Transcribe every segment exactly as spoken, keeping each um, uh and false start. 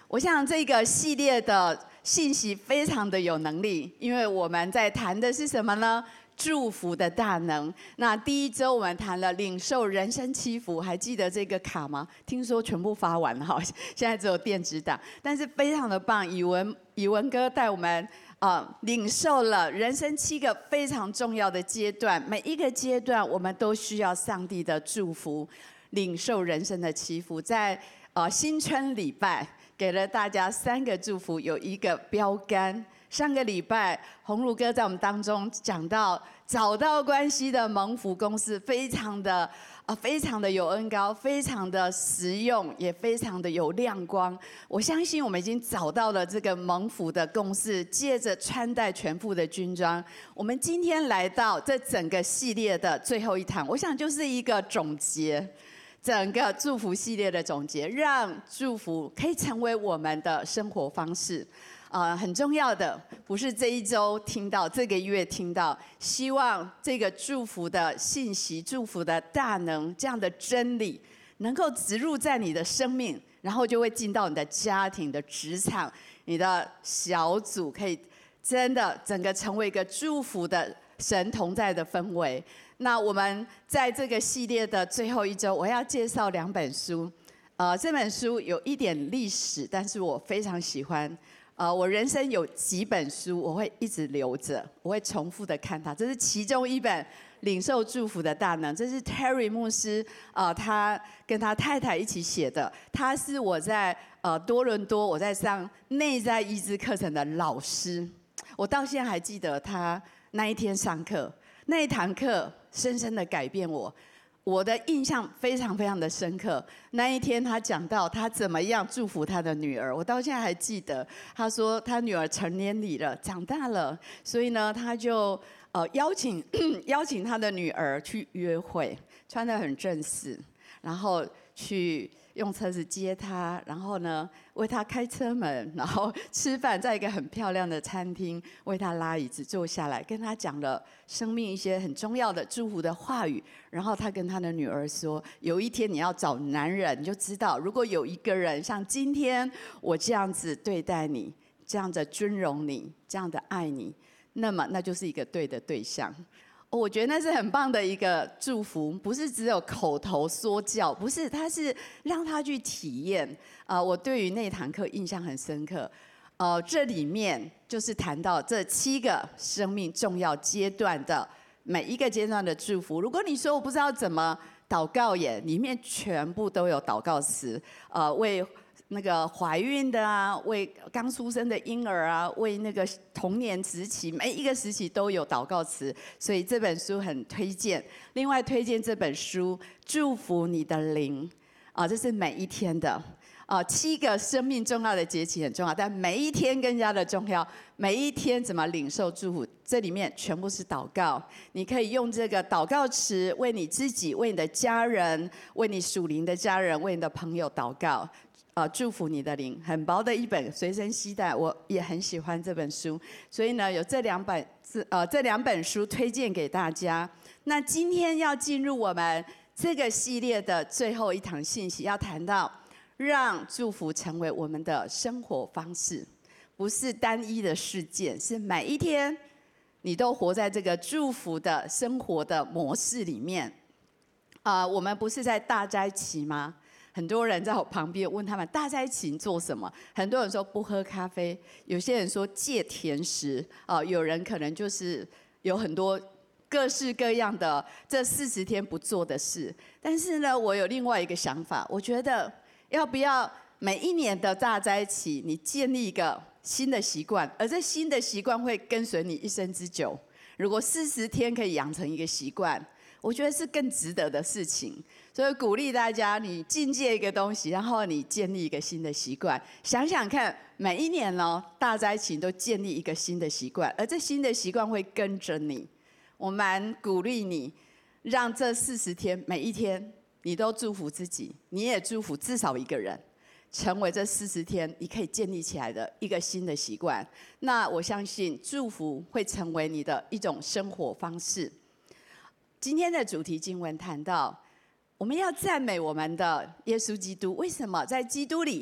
我想这个系列的信息非常的有能力，因为我们在谈的是什么呢？祝福的大能。那第一周我们谈了领受人生七福，还记得这个卡吗？听说全部发完了哈，现在只有电子档，但是非常的棒。以文以文哥带我们啊、呃、领受了人生七个非常重要的阶段，每一个阶段我们都需要上帝的祝福，领受人生的七福。在呃新春礼拜，给了大家三个祝福，有一个标杆。上个礼拜，鸿儒哥在我们当中讲到找到关系的蒙福公式，非常的啊、呃，非常的有恩膏，非常的实用，也非常的有亮光。我相信我们已经找到了这个蒙福的公式，借着穿戴全副的军装，我们今天来到这整个系列的最后一堂，我想就是一个总结。整个祝福系列的总结，让祝福可以成为我们的生活方式。呃，很重要的不是这一周听到，这个月听到，希望这个祝福的信息、祝福的大能这样的真理，能够植入在你的生命，然后就会进到你的家庭的职场、你的小组，可以真的整个成为一个祝福的神同在的氛围。那我们在这个系列的最后一周，我要介绍两本书。呃，这本书有一点历史，但是我非常喜欢。呃，我人生有几本书我会一直留着，我会重复的看它。这是其中一本《领受祝福的大能》，这是 Terry 牧师呃他跟他太太一起写的。他是我在呃多伦多我在上内在医治课程的老师，我到现在还记得他那一天上课，那一堂课深深的改变我。我的印象非常非常的深刻。那一天他讲到他怎么样祝福他的女儿，我到现在还记得。他说他女儿成年礼了，长大了，所以呢他就呃邀请邀请他的女儿去约会，穿得很正式，然后去用车子接她，然后呢为她开车门，然后吃饭，在一个很漂亮的餐厅为她拉椅子坐下来，跟她讲了生命一些很重要的祝福的话语。然后他跟他的女儿说，有一天你要找男人，你就知道如果有一个人像今天我这样子对待你，这样的尊荣你，这样的爱你，那么那就是一个对的对象。我觉得那是很棒的一个祝福，不是只有口头说教，不是，他是让他去体验。呃，我对于那堂课印象很深刻。呃，这里面就是谈到这七个生命重要阶段的每一个阶段的祝福。如果你说我不知道怎么祷告耶，里面全部都有祷告词，呃，为那个怀孕的啊，为刚出生的婴儿啊，为那个童年时期，每一个时期都有祷告词，所以这本书很推荐。另外推荐这本书《祝福你的灵》啊，这是每一天的。啊，七个生命重要的节气很重要，但每一天更加的重要。每一天怎么领受祝福，这里面全部是祷告。你可以用这个祷告词为你自己、为你的家人、为你属灵的家人、为你的朋友祷告。呃，祝福你的灵，很薄的一本，随身携带，我也很喜欢这本书。所以呢，有这两本呃这两本书推荐给大家。那今天要进入我们这个系列的最后一堂信息，要谈到让祝福成为我们的生活方式，不是单一的事件，是每一天你都活在这个祝福的生活的模式里面。啊、呃，我们不是在大斋期吗？很多人在我旁边问他们大斋期做什么？很多人说不喝咖啡，有些人说戒甜食，啊、呃，有人可能就是有很多各式各样的这四十天不做的事。但是呢，我有另外一个想法，我觉得要不要每一年的大斋期，你建立一个新的习惯，而这新的习惯会跟随你一生之久。如果四十天可以养成一个习惯，我觉得是更值得的事情。所以鼓励大家，你进阶一个东西，然后你建立一个新的习惯。想想看，每一年呢，大斋期都建立一个新的习惯，而这新的习惯会跟着你。我蛮鼓励你，让这四十天每一天你都祝福自己，你也祝福至少一个人，成为这四十天你可以建立起来的一个新的习惯。那我相信祝福会成为你的一种生活方式。今天的主题经文谈到，我们要赞美我们的耶稣基督。为什么？在基督里，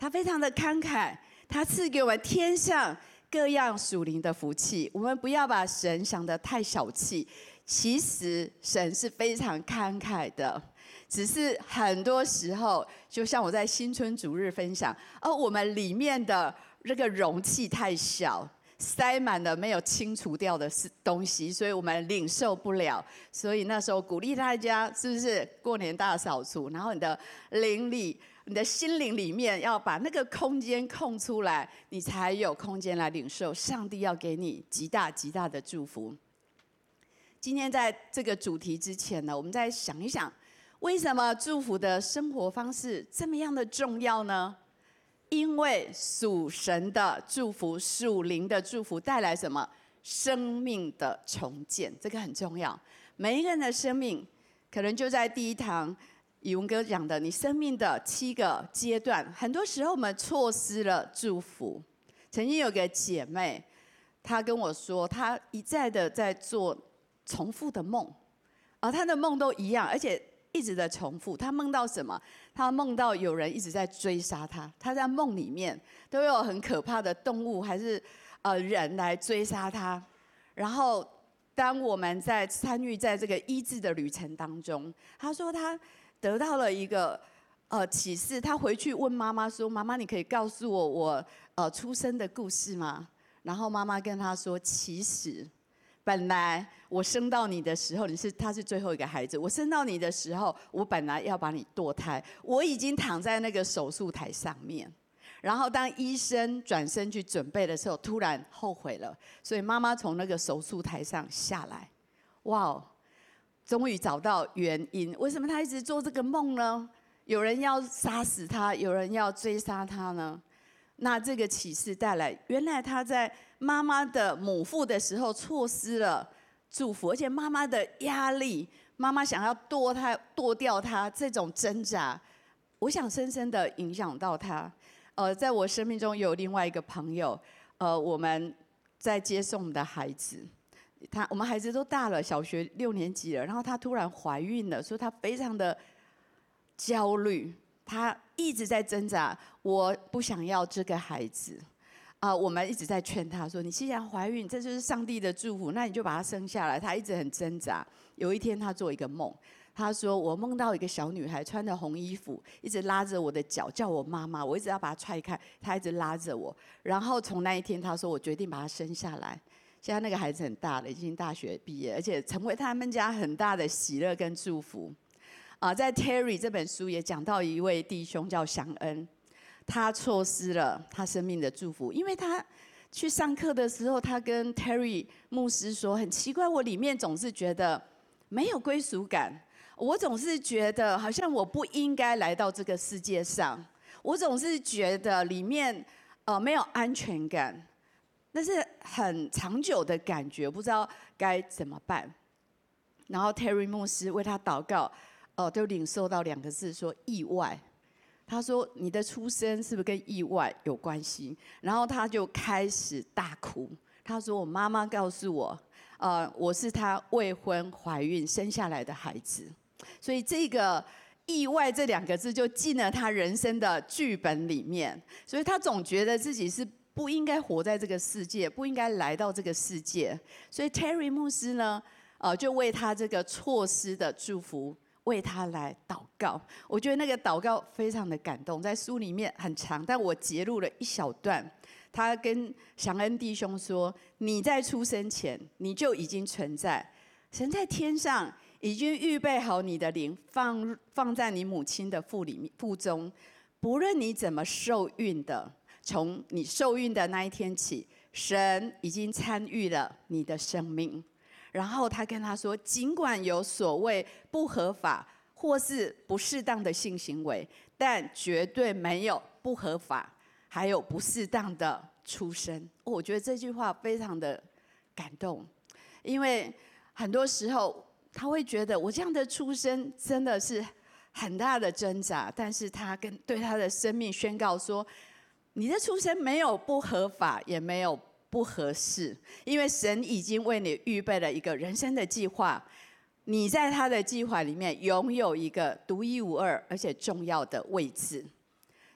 他非常的慷慨，他赐给我们天上各样属灵的福气。我们不要把神想得太小气，其实神是非常慷慨的，只是很多时候，就像我在新春主日分享，哦，我们里面的这个容器太小，塞满了没有清除掉的东西，所以我们领受不了。所以那时候鼓励大家，是不是过年大扫除？然后你的灵里、你的心灵里面要把那个空间空出来，你才有空间来领受上帝要给你极大极大的祝福。今天在这个主题之前呢，我们再想一想，为什么祝福的生活方式这么样的重要呢？因为属神的祝福、属灵的祝福带来什么？生命的重建，这个很重要。每一个人的生命，可能就在第一堂以文哥讲的，你生命的七个阶段，很多时候我们错失了祝福。曾经有个姐妹，她跟我说，她一再的在做重复的梦，而她的梦都一样，而且一直在重复。她梦到什么？她梦到有人一直在追杀她，她在梦里面都有很可怕的动物还是呃人来追杀她。然后当我们在参与在这个医治的旅程当中，她说她得到了一个呃启示，她回去问妈妈说：“妈妈，你可以告诉我我呃出生的故事吗？”然后妈妈跟她说：“其实。”本来我生到你的时候，你是他是最后一个孩子。我生到你的时候，我本来要把你堕胎，我已经躺在那个手术台上面。然后当医生转身去准备的时候，突然后悔了，所以妈妈从那个手术台上下来。哇哦，终于找到原因，为什么他一直做这个梦呢？有人要杀死他，有人要追杀他呢？那这个启示带来，原来他在妈妈的母腹的时候错失了祝福，而且妈妈的压力，妈妈想要剁他、剁掉他这种挣扎，我想深深的影响到他。呃，在我生命中有另外一个朋友，呃，我们在接送我们的孩子，他我们孩子都大了，小学六年级了，然后她突然怀孕了，所以她非常的焦虑。她一直在挣扎，我不想要这个孩子，啊、呃，我们一直在劝她说：“你既然怀孕，这就是上帝的祝福，那你就把她生下来。”她一直很挣扎。有一天，她做一个梦，她说：“我梦到一个小女孩穿着红衣服，一直拉着我的脚，叫我妈妈，我一直要把她踹开，她一直拉着我。然后从那一天，她说我决定把她生下来。现在那个孩子很大了，已经大学毕业，而且成为他们家很大的喜乐跟祝福。”啊，在 Terry 这本书也讲到一位弟兄叫祥恩，他错失了他生命的祝福，因为他去上课的时候，他跟 Terry 牧师说：“很奇怪，我里面总是觉得没有归属感，我总是觉得好像我不应该来到这个世界上，我总是觉得里面呃没有安全感，那是很长久的感觉，不知道该怎么办。”然后 Terry 牧师为他祷告。哦，都领受到两个字，说意外。他说：“你的出生是不是跟意外有关系？”然后他就开始大哭。他说：“我妈妈告诉我，呃，我是她未婚怀孕生下来的孩子，所以这个意外这两个字就进了他人生的剧本里面。所以他总觉得自己是不应该活在这个世界，不应该来到这个世界。所以 Terry 牧师呢，呃，就为他这个错失的祝福。”为他来祷告，我觉得那个祷告非常的感动，在书里面很长，但我截录了一小段。他跟祥恩弟兄说：“你在出生前，你就已经存在，神在天上已经预备好你的灵，放放在你母亲的腹里腹中。不论你怎么受孕的，从你受孕的那一天起，神已经参与了你的生命。”然后他跟他说：“尽管有所谓不合法或是不适当的性行为，但绝对没有不合法，还有不适当的出生。”哦，我觉得这句话非常的感动，因为很多时候他会觉得我这样的出生真的是很大的挣扎，但是他跟对他的生命宣告说：“你的出生没有不合法，也没有不合适，因为神已经为你预备了一个人生的计划，你在他的计划里面拥有一个独一无二而且重要的位置。”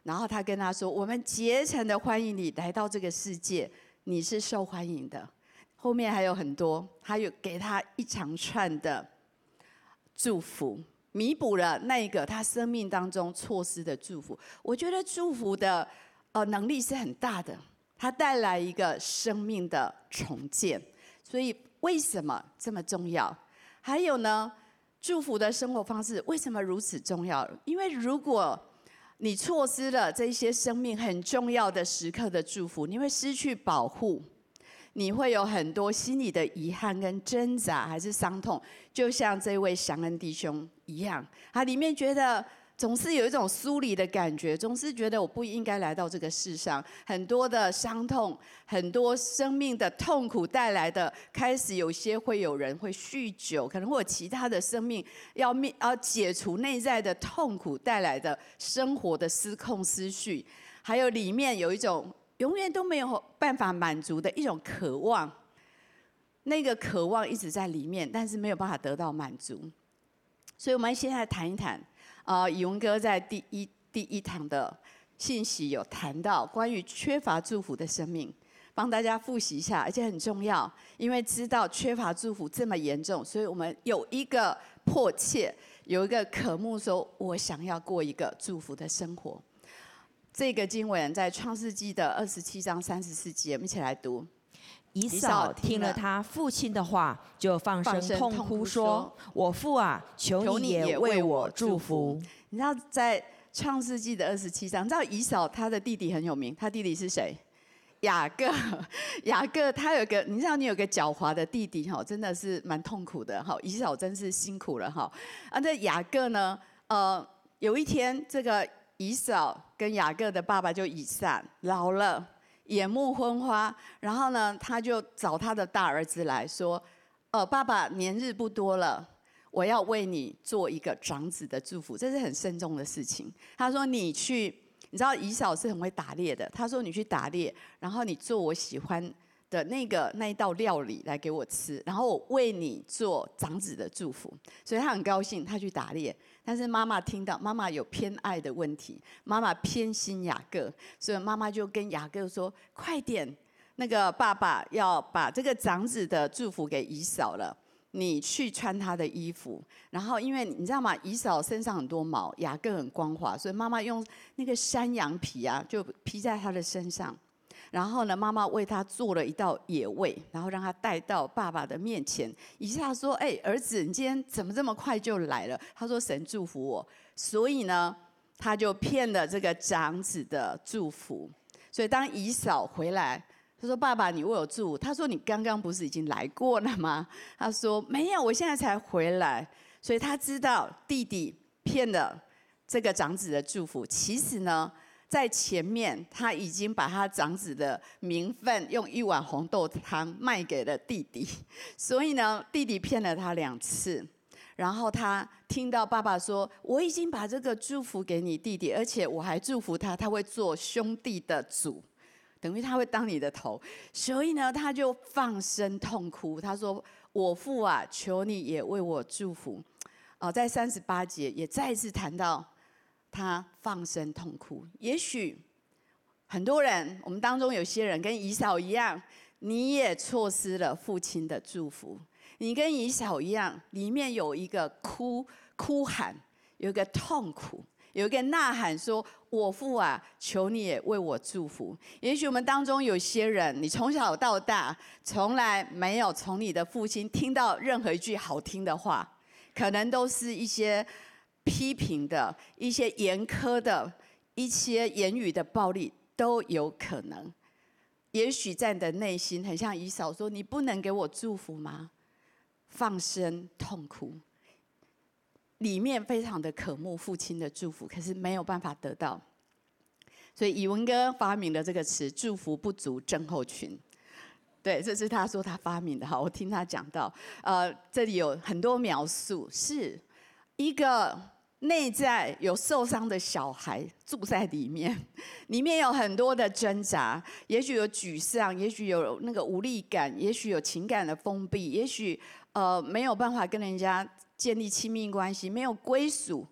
然后他跟他说：“我们竭诚的欢迎你来到这个世界，你是受欢迎的。”后面还有很多，他有给他一长串的祝福，弥补了那个他生命当中错失的祝福。我觉得祝福的呃能力是很大的，它带来一个生命的重建。所以为什么这么重要？还有呢，祝福的生活方式为什么如此重要？因为如果你错失了这些生命很重要的时刻的祝福，你会失去保护。你会有很多心里的遗憾跟挣扎，还是伤痛，就像这位祥恩弟兄一样，他里面觉得总是有一种疏离的感觉，总是觉得我不应该来到这个世上，很多的伤痛，很多生命的痛苦带来的，开始有些会有人会酗酒，可能会有其他的生命要面要解除内在的痛苦带来的生活的失控思绪，还有里面有一种永远都没有办法满足的一种渴望，那个渴望一直在里面，但是没有办法得到满足。所以我们现在谈一谈，呃，以文哥在第一第一堂的信息有谈到关于缺乏祝福的生命，帮大家复习一下，而且很重要，因为知道缺乏祝福这么严重，所以我们有一个迫切，有一个渴慕，说我想要过一个祝福的生活。这个经文在创世纪的二十七章三十四节，我们一起来读。 以扫听了他父亲的话，就放声痛哭说：“我父啊，求你也为我祝福。” 你知道在创世纪的二十七章，你知道以扫他的弟弟很有名，他弟弟是谁？雅各。雅各他有个，你知道你有个狡猾的弟弟哈，真的是蛮痛苦的哈。以扫真是辛苦了哈。啊，这雅各呢，呃，有一天这个以扫跟雅各的爸爸就以撒老了，眼目昏花，然后呢，他就找他的大儿子来说：“呃，爸爸年日不多了，我要为你做一个长子的祝福。”这是很慎重的事情。他说：“你去，你知道以扫是很会打猎的。他说你去打猎，然后你做我喜欢的那个那一道料理来给我吃，然后我为你做长子的祝福。”所以他很高兴，他去打猎。但是妈妈听到，妈妈有偏爱的问题，妈妈偏心雅各，所以妈妈就跟雅各说：“快点，那个爸爸要把这个长子的祝福给以扫了，你去穿他的衣服。”然后因为你知道吗，以扫身上很多毛，雅各很光滑，所以妈妈用那个山羊皮啊，就披在他的身上。然后呢，妈妈为他做了一道野味，然后让他带到爸爸的面前。以撒说：“哎，儿子，你今天怎么这么快就来了？”他说：“神祝福我。”所以呢，他就骗了这个长子的祝福。所以当以扫回来，他说：“爸爸，你为我祝福。”他说：“你刚刚不是已经来过了吗？”他说：“没有，我现在才回来。”所以他知道弟弟骗了这个长子的祝福。其实呢，在前面，他已经把他长子的名分用一碗红豆汤卖给了弟弟，所以呢，弟弟骗了他两次。然后他听到爸爸说：“我已经把这个祝福给你弟弟，而且我还祝福他，他会做兄弟的主，等于他会当你的头。”所以呢，他就放声痛哭。他说：“我父啊，求你也为我祝福。”哦，在三十八节也再一次谈到。他放声痛哭。也许很多人，我们当中有些人跟以扫一样，你也错失了父亲的祝福。你跟以扫一样，里面有一个哭哭喊，有一个痛苦，有一个呐喊说：“我父啊，求你也为我祝福。”也许我们当中有些人，你从小到大从来没有从你的父亲听到任何一句好听的话，可能都是一些批评的、一些严苛的、一些言语的暴力都有可能。也许在你的内心，很像以扫说：“你不能给我祝福吗？”放声痛哭，里面非常的渴慕父亲的祝福，可是没有办法得到。所以以文哥发明了这个词“祝福不足症候群”。对，这是他说他发明的哈，我听他讲到，呃，这里有很多描述，是一个内在有受伤的小孩住在里面，里面有很多的挣扎，也许有沮丧，也许有那个无力感，也许有情感的封闭，也许呃没有办法跟人家建立亲密关系，没有归属，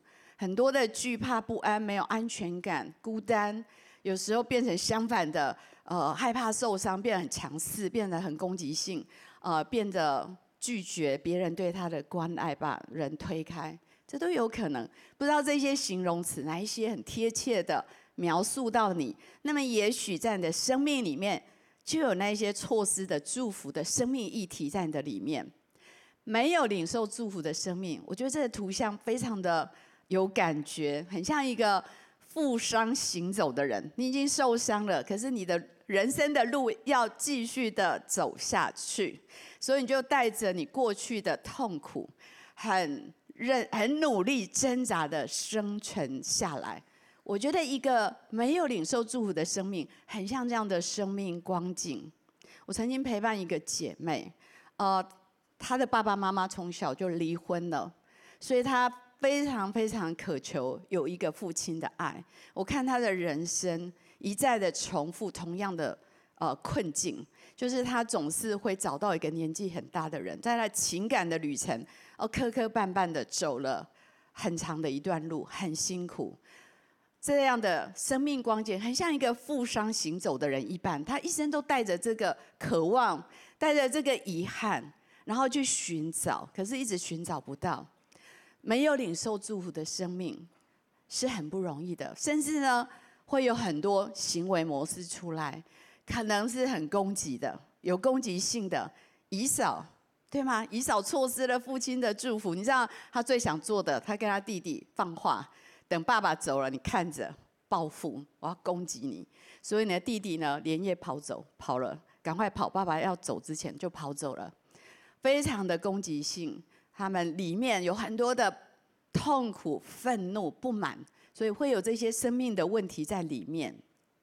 很多的惧怕、不安、没有安全感、孤单，有时候变成相反的，呃，害怕受伤，变得很强势，变得很攻击性，呃，变得拒绝别人对他的关爱，把人推开，这都有可能。不知道这些形容词哪一些很贴切的描述到你？那么也许在你的生命里面，就有那些错失的祝福的生命议题在你的里面。没有领受祝福的生命，我觉得这个图像非常的有感觉，很像一个负伤行走的人。你已经受伤了，可是你的人生的路要继续的走下去，所以你就带着你过去的痛苦，很认很努力挣扎的生存下来。我觉得一个没有领受祝福的生命，很像这样的生命光景。我曾经陪伴一个姐妹，呃。她的爸爸妈妈从小就离婚了，所以她非常非常渴求有一个父亲的爱。我看她的人生一再的重复同样的呃困境，就是她总是会找到一个年纪很大的人，在她情感的旅程，哦磕磕绊绊的走了很长的一段路，很辛苦。这样的生命光景，很像一个负伤行走的人一般，他一生都带着这个渴望，带着这个遗憾。然后去寻找，可是一直寻找不到。没有领受祝福的生命是很不容易的，甚至呢会有很多行为模式出来，可能是很攻击的，有攻击性的。以扫，对吗？以扫错失了父亲的祝福。你知道他最想做的，他跟他弟弟放话，等爸爸走了，你看着报复，我要攻击你。所以你的弟弟呢连夜跑走，跑了，赶快跑，爸爸要走之前就跑走了。非常的攻击性，他们里面有很多的痛苦、愤怒、不满，所以会有这些生命的问题在里面。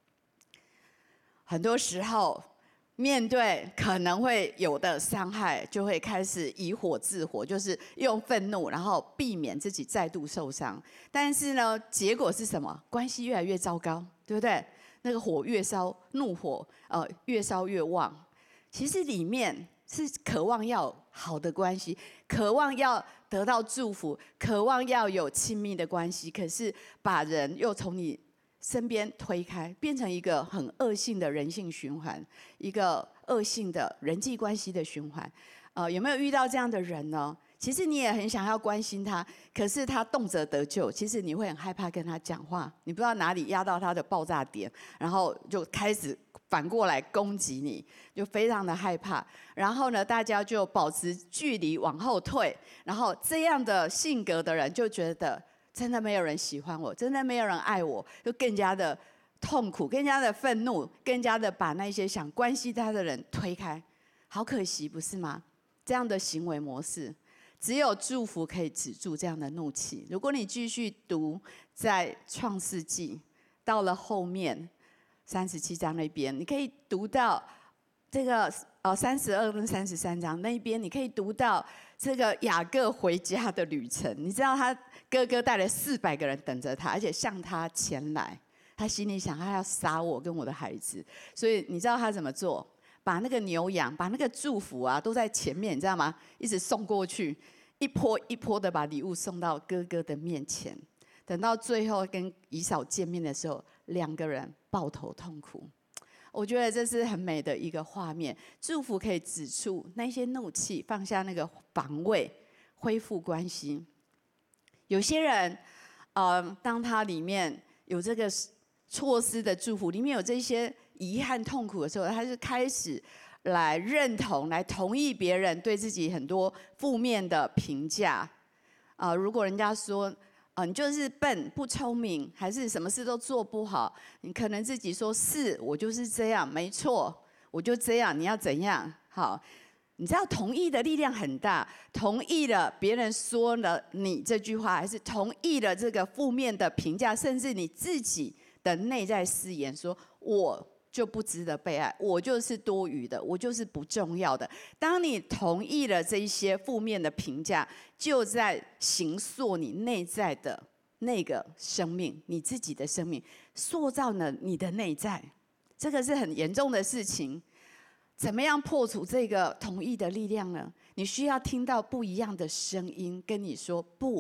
很多时候，面对可能会有的伤害，就会开始以火治火，就是用愤怒，然后避免自己再度受伤。但是呢，结果是什么？关系越来越糟糕，对不对？那个火越烧，怒火呃越烧越旺。其实里面是渴望要好的关系，渴望要得到祝福，渴望要有亲密的关系，可是把人又从你身边推开，变成一个很恶性的人性循环，一个恶性的人际关系的循环。呃，有没有遇到这样的人呢？其实你也很想要关心他，可是他动辄得咎，其实你会很害怕跟他讲话，你不知道哪里压到他的爆炸点，然后就开始反过来攻击你，就非常的害怕。然后呢，大家就保持距离，往后退。然后这样的性格的人就觉得，真的没有人喜欢我，真的没有人爱我，就更加的痛苦，更加的愤怒，更加的把那些想关系他的人推开。好可惜，不是吗？这样的行为模式。只有祝福可以止住这样的怒气。如果你继续读在创世纪，到了后面三十七章那边，你可以读到这个呃三十二跟三十三章那边，你可以读到这个雅各回家的旅程。你知道他哥哥带了四百个人等着他，而且向他前来。他心里想，他要杀我跟我的孩子，所以你知道他怎么做？把那个牛羊，把那个祝福啊，都在前面，你知道吗？一直送过去，一波一波的把礼物送到哥哥的面前。等到最后跟以扫见面的时候，两个人抱头痛哭。我觉得这是很美的一个画面。祝福可以止住那些怒气，放下那个防卫，恢复关系。有些人，呃，当他里面有这个错失的祝福，里面有这些遗憾、痛苦的时候，他就开始来认同、来同意别人对自己很多负面的评价。啊、呃，如果人家说，啊、呃，你就是笨、不聪明，还是什么事都做不好，你可能自己说是我就是这样，没错，我就这样，你要怎样？好，你知道同意的力量很大，同意了别人说了你这句话，还是同意了这个负面的评价，甚至你自己的内在誓言说，我就不值得被爱，我就是多余的，我就是不重要的。当你同意了这一些负面的评价，就在形塑你内在的那个生命，你自己的生命，塑造了你的内在。这个是很严重的事情。怎么样破除这个同意的力量呢？你需要听到不一样的声音跟你说不。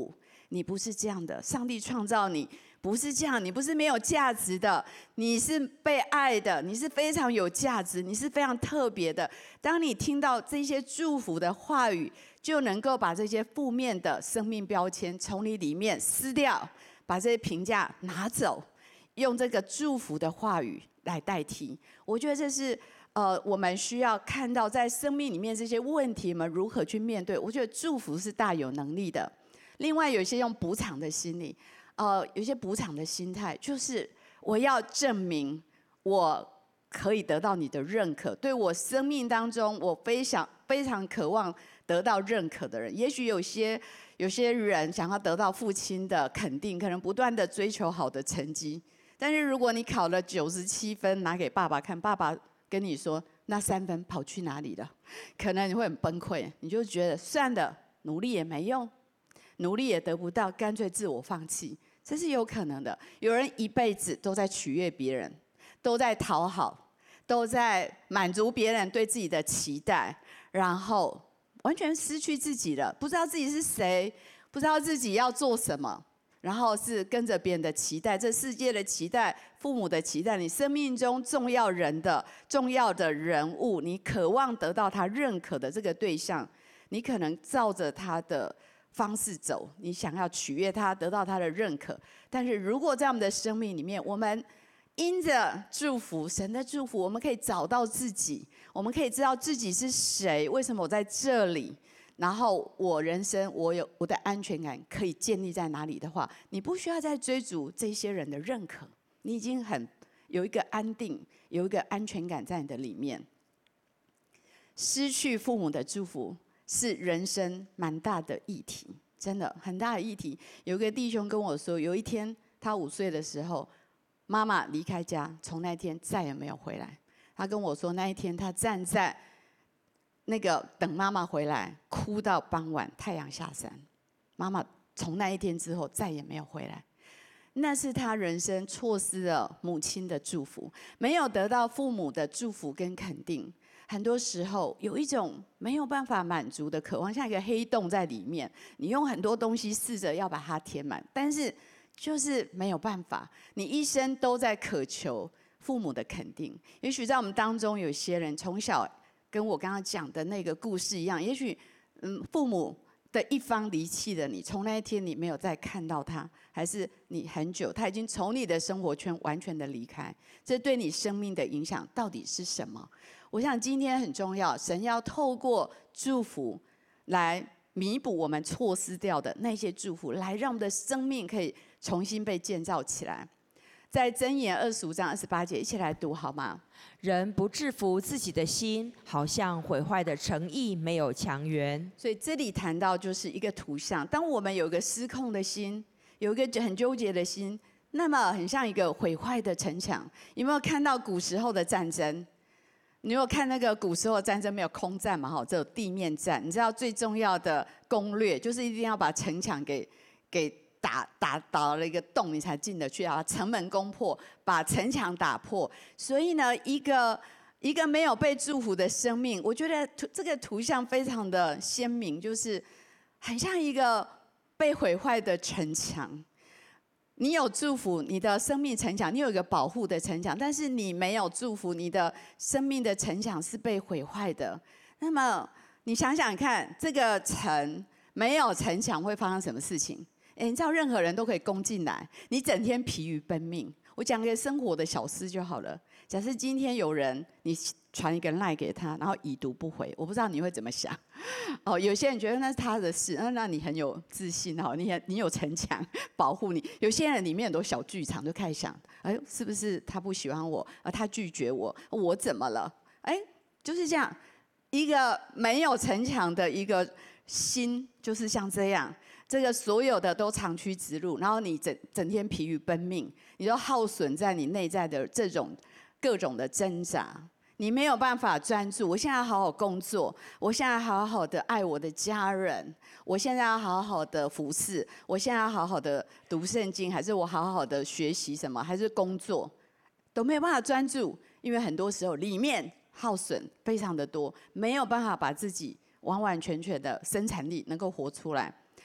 你不是这样的，上帝创造你不是这样，你不是没有价值的，你是被爱的，你是非常有价值，你是非常特别的。当你听到这些祝福的话语，就能够把这些负面的生命标签从你里面撕掉，把这些评价拿走，用这个祝福的话语来代替。我觉得这是呃我们需要看到在生命里面这些问题，我们如何去面对。我觉得祝福是大有能力的。另外，有一些用补偿的心理，呃，有一些补偿的心态，就是我要证明我可以得到你的认可。对我生命当中，我非常非常渴望得到认可的人，也许有些有些人想要得到父亲的肯定，可能不断的追求好的成绩。但是如果你考了九十七分拿给爸爸看，爸爸跟你说那三分跑去哪里了，可能你会很崩溃，你就觉得算了，努力也没用。努力也得不到，干脆自我放弃，这是有可能的。有人一辈子都在取悦别人，都在讨好，都在满足别人对自己的期待，然后完全失去自己了，不知道自己是谁，不知道自己要做什么，然后是跟着别人的期待，这世界的期待，父母的期待，你生命中重要人的重要的人物，你渴望得到他认可的这个对象，你可能照着他的方式走，你想要取悦他，得到他的认可。但是如果在我们的生命里面，我们因着祝福，神的祝福，我们可以找到自己，我们可以知道自己是谁，为什么我在这里，然后我人生我有我的安全感可以建立在哪里的话，你不需要再追逐这些人的认可，你已经很有一个安定，有一个安全感在你的里面。失去父母的祝福是人生蛮大的议题，真的很大的议题。有一个弟兄跟我说，有一天他五岁的时候，妈妈离开家，从那天再也没有回来。他跟我说，那一天他站在那个等妈妈回来，哭到傍晚，太阳下山。妈妈从那一天之后再也没有回来。那是他人生错失了母亲的祝福，没有得到父母的祝福跟肯定。很多时候有一种没有办法满足的渴望，像一个黑洞在里面，你用很多东西试着要把它填满，但是就是没有办法。你一生都在渴求父母的肯定。也许在我们当中有些人从小跟我刚刚讲的那个故事一样，也许嗯父母的一方离弃了你，从那一天你没有再看到他，还是你很久他已经从你的生活圈完全的离开，这对你生命的影响到底是什么？我想今天很重要，神要透过祝福来弥补我们错失掉的那些祝福，来让我们的生命可以重新被建造起来。在箴言二十五章二十八节，一起来读好吗？ 人不制服自己的心，好像毁坏的城邑没有墙垣。 所以这里谈到就是一个图像，当我们有一个失控的心，有一个很纠结的心，那么很像一个毁坏的城墙。有没有看到古时候的战争？你有看那个古时候的战争没有空战嘛？哈，只有地面战。你知道最重要的攻略就是一定要把城墙给给打打打了一个洞，你才进得去啊！城门攻破，把城墙打破。所以呢，一个一个没有被祝福的生命，我觉得图这个图像非常的鲜明，就是很像一个被毁坏的城墙。你有祝福，你的生命城墙，你有一个保护的城墙，但是你没有祝福，你的生命的城墙是被毁坏的。那么你想想看，这个城没有城墙会发生什么事情？哎，你知道任何人都可以攻进来，你整天疲于奔命。我讲个生活的小事就好了。假设今天有人你传一个 line 给他，然后已读不回，我不知道你会怎么想。哦，有些人觉得那是他的事，那那你很有自信哦，你很你有城墙保护你。有些人里面很多小剧场，就开始想，哎，是不是他不喜欢我，而他拒绝我，我怎么了？哎，就是这样，一个没有城墙的一个心，就是像这样。这个所有的都长驱直入，然后你整整天疲于奔命，你都耗损在你内在的这种各种的挣扎，你没有办法专注。我现在要好好工作，我现在好好的爱我的家人，我现在要好好的服侍，我现在要好好的读圣经，还是我好好的学习什么，还是工作，都没有办法专注，因为很多时候里面耗损非常的多，没有办法把自己完完全全的生产力能够活出来。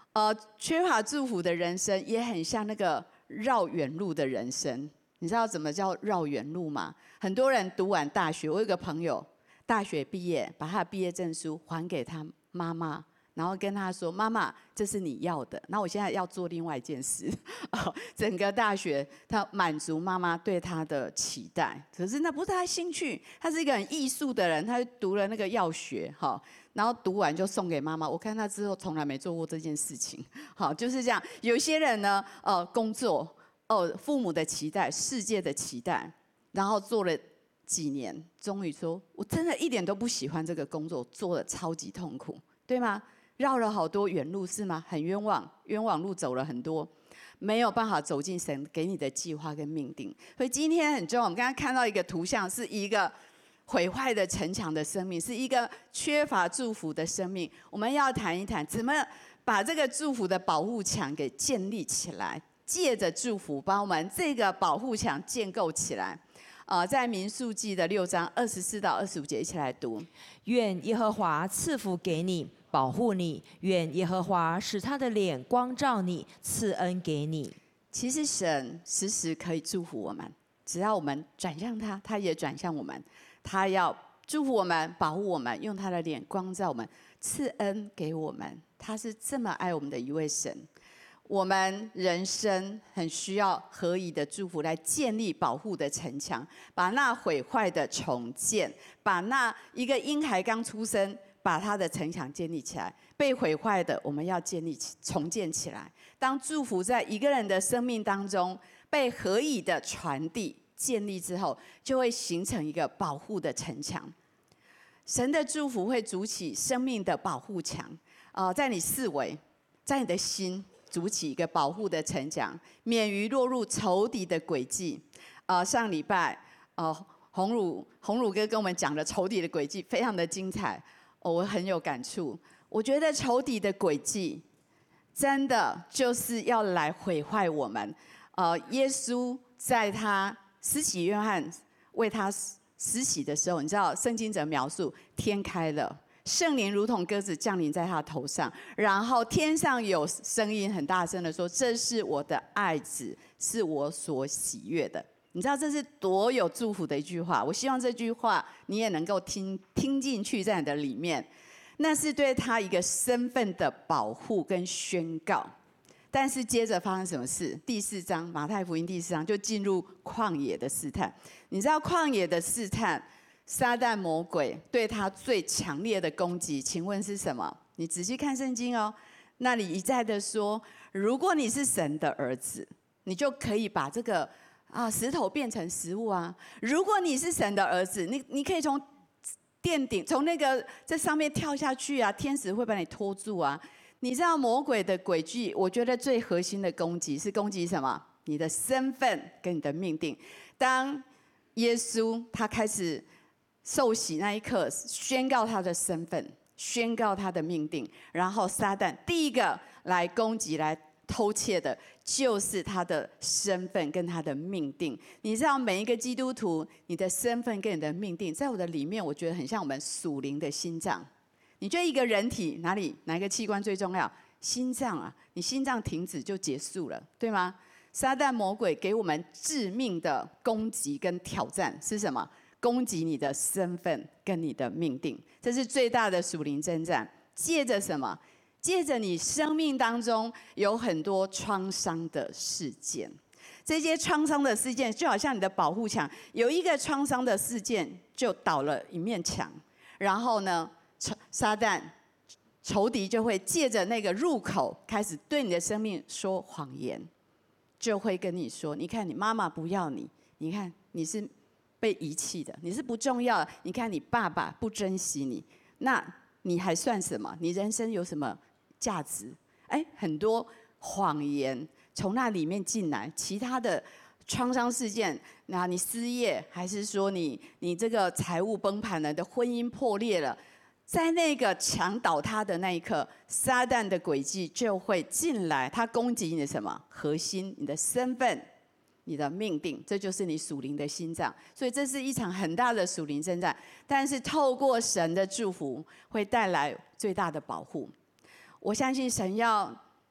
呃，缺乏祝福的人生也很像那个绕远路的人生。你知道怎么叫绕远路吗？很多人读完大学，我有个朋友大学毕业，把他的毕业证书还给他妈妈，然后跟他说：“妈妈，这是你要的。那我现在要做另外一件事。整个大学他满足妈妈对他的期待，可是那不是他兴趣。他是一个很艺术的人，他读了那个药学，哈，然后读完就送给妈妈。我看他之后从来没做过这件事情，好，就是这样。有些人呢，呃，工作。”哦，父母的期待，世界的期待，然后做了几年，终于说，我真的一点都不喜欢这个工作，做的超级痛苦，对吗？绕了好多远路是吗？很冤枉，冤枉路走了很多，没有办法走进神给你的计划跟命定。所以今天很重要，我们刚刚看到一个图像，是一个毁坏的城墙的生命，是一个缺乏祝福的生命。我们要谈一谈，怎么把这个祝福的保护墙给建立起来。借着祝福，把我们这个保护墙建构起来。呃，在民数记的六章二十四到二十五节，一起来读。 愿耶和华赐福给你，保护你；愿耶和华使他的脸光照你，赐恩给你。 其实神时时可以祝福我们，只要我们转向他，他也转向我们。他要祝福我们，保护我们，用他的脸光照我们，赐恩给我们。他是这么爱我们的一位神。我们人生很需要合宜的祝福来建立保护的城墙，把那毁坏的重建，把那一个婴孩刚出生，把他的城墙建立起来。被毁坏的，我们要建立起、重建起来。当祝福在一个人的生命当中被合宜的传递、建立之后，就会形成一个保护的城墙。神的祝福会筑起生命的保护墙，呃，在你四围，在你的心。筑起一个保护的城墙，免于落入仇敌的诡计。呃，上礼拜，呃，红乳红乳哥跟我们讲的仇敌的诡计，非常的精彩，哦，我很有感触。我觉得仇敌的诡计，真的就是要来毁坏我们。呃，耶稣在他施洗约翰为他施洗的时候，你知道圣经怎么描述？天开了。圣灵如同鸽子降临在他头上，然后天上有声音很大声的说：“这是我的爱子，是我所喜悦的。”你知道这是多有祝福的一句话。我希望这句话你也能够听听进去，在你的里面，那是对他一个身份的保护跟宣告。但是接着发生什么事？第四章马太福音第四章就进入旷野的试探。你知道旷野的试探？撒旦魔鬼对他最强烈的攻击，请问是什么？你仔细看圣经哦，那里一再的说，如果你是神的儿子，你就可以把这个啊石头变成食物啊。如果你是神的儿子，你你可以从殿顶从那个这上面跳下去啊，天使会把你拖住啊。你知道魔鬼的诡计，我觉得最核心的攻击是攻击什么？你的身份跟你的命定。当耶稣他开始受洗那一刻，宣告他的身份，宣告他的命定，然后撒旦第一个来攻击、来偷窃的，就是他的身份跟他的命定。你知道，每一个基督徒，你的身份跟你的命定，在我的里面，我觉得很像我们属灵的心脏。你觉得一个人体哪里哪一个器官最重要？心脏啊！你心脏停止就结束了，对吗？撒旦魔鬼给我们致命的攻击跟挑战是什么？攻击你的身份跟你的命定，这是最大的属灵征战。借着什么？借着你生命当中有很多创伤的事件，这些创伤的事件就好像你的保护墙，有一个创伤的事件就倒了一面墙，然后呢，撒旦、仇敌就会借着那个入口开始对你的生命说谎言，就会跟你说：你看你妈妈不要你，你看你是被遗弃的，你是不重要的。你看你爸爸不珍惜你，那你还算什么？你人生有什么价值？哎，很多谎言从那里面进来，其他的创伤事件，那你失业，还是说你你这个财务崩盘了，你的婚姻破裂了，在那个墙倒塌的那一刻，撒旦的诡计就会进来，他攻击你的什么核心？你的身份。你的命定，这就是你属灵的心脏，所以这是一场很大的属灵征战。但是透过神的祝福，会带来最大的保护。我相信神要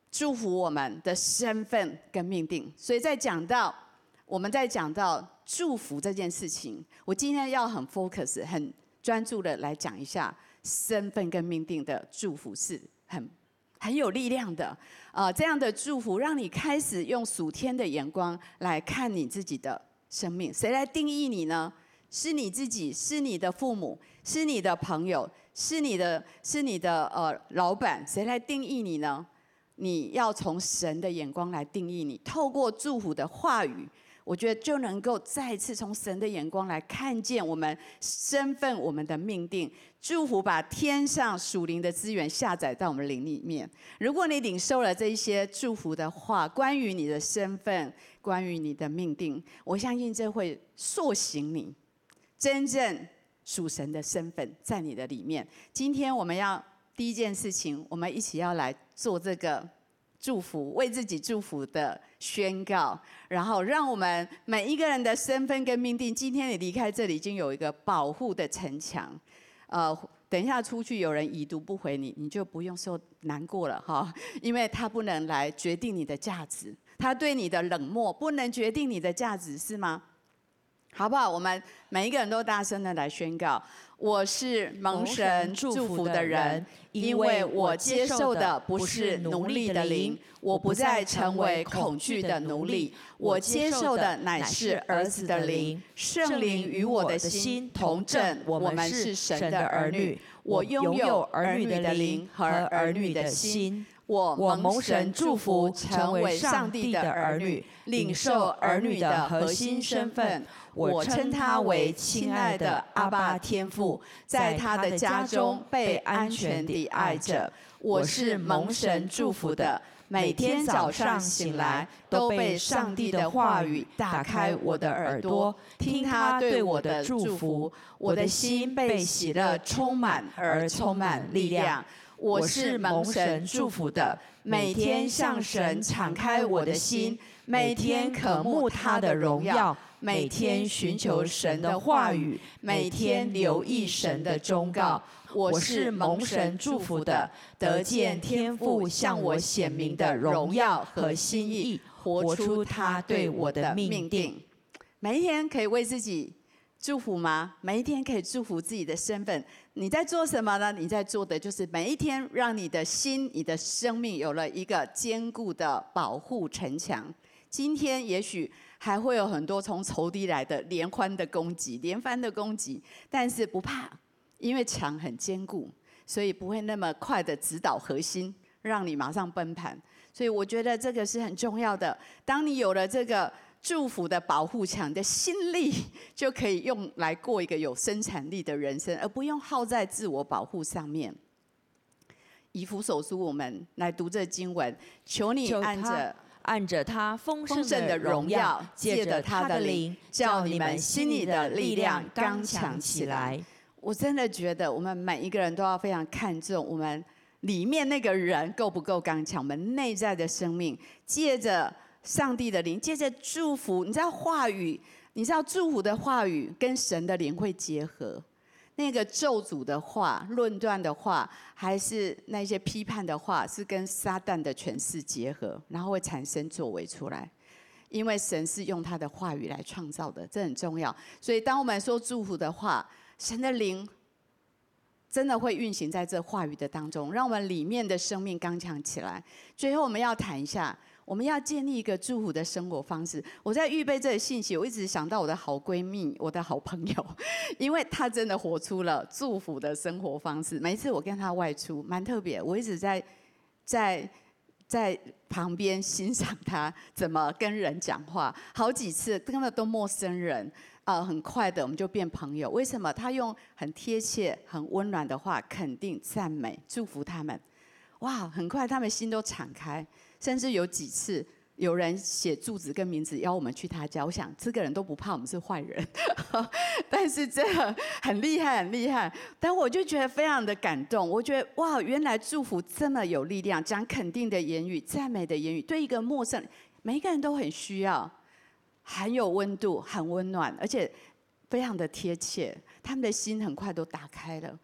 祝福我们的身份跟命定。所以在讲到我们在讲到祝福这件事情，我今天要很 focus、很专注的来讲一下身份跟命定的祝福是很很有力量的。呃，这样的祝福让你开始用属天的眼光来看你自己的生命。谁来定义你呢？是你自己，是你的父母，是你的朋友，是你的，是你的呃老板。谁来定义你呢？你要从神的眼光来定义你。透过祝福的话语，我觉得就能够再次从神的眼光来看见我们身份、我们的命定。祝福把天上属灵的资源下载到我们灵里面。如果你领受了这一些祝福的话，关于你的身份，关于你的命定，我相信这会塑形你真正属神的身份在你的里面。今天我们要第一件事情，我们一起要来做这个祝福，为自己祝福的宣告，然后让我们每一个人的身份跟命定，今天你离开这里已经有一个保护的城墙。呃，等一下出去有人已读不回你，你就不用受难过了哈，因为他不能来决定你的价值，他对你的冷漠不能决定你的价值，是吗？好不好？我们每一个人都大声的来宣告：我是蒙神祝福的人，因为我接受的不是奴隶的灵，我不再成为恐惧的奴隶，我接受的乃是儿子的灵。圣灵与我的心同证，我们是神的儿女。我拥有儿女的灵和儿女的心。我蒙神祝福，成为上帝的儿女，领受儿女的核心身份。我称他为亲爱的阿爸天父，在他的家中被安全地爱着。我是蒙神祝福的，每天早上醒来都被上帝的话语打开我的耳朵，听他对我的祝福。我的心被喜乐充满而充满力量。我是蒙神祝福的，每天向神敞开我的心，每天渴慕他的荣耀，每天寻求神的话语，每天留意神的忠告。我是蒙神祝福的，得见天父向我显明的荣耀和心意，活出他对我的命定。每一天可以为自己祝福吗？每一天可以祝福自己的身份。你在做什么呢？你在做的就是每一天让你的心、你的生命有了一个坚固的保护城墙。今天也许还会有很多从仇敌来的连环的攻击、连番的攻击，但是不怕，因为墙很坚固，所以不会那么快的直捣核心，让你马上崩盘。所以我觉得这个是很重要的。当你有了这个祝福的保护墙，你的心力就可以用来过一个有生产力的人生，而不用耗在自我保护上面。以弗所书，我们来读这经文，求你按着按着他丰盛的的荣耀荣耀，借着他的灵，叫你们心里的力量刚强起来。 我真的觉得我们每一个人都要非常看重我们里面那个人够不够刚强，我们内在的生命，借着上帝的灵，借着祝福，你知道话语，你知道祝福的话语跟神的灵会结合。那个咒诅的话、论断的话，还是那些批判的话，是跟撒旦的权势结合，然后会产生作为出来。因为神是用他的话语来创造的，这很重要。所以当我们说祝福的话，神的灵真的会运行在这话语的当中，让我们里面的生命刚强起来。最后我们要谈一下，我们要建立一个祝福的生活方式。我在预备这个信息，我一直想到我的好闺蜜，我的好朋友，因为她真的活出了祝福的生活方式。每一次我跟她外出，蛮特别，我一直在在在旁边欣赏她怎么跟人讲话。好几次根本都陌生人，呃，很快的我们就变朋友。为什么？她用很贴切、很温暖的话肯定、赞美、祝福他们。哇，很快他们心都敞开。甚至有几次有人写住址跟名字邀我们去他家，我想这个人都不怕我们是坏人，但是这个很厉害很厉害。但我就觉得非常的感动，我觉得哇，原来祝福这么有力量，讲肯定的言语、赞美的言语，对一个陌生人，每一个人都很需要，很有温度、很温暖，而且非常的贴切，他们的心很快都打开了。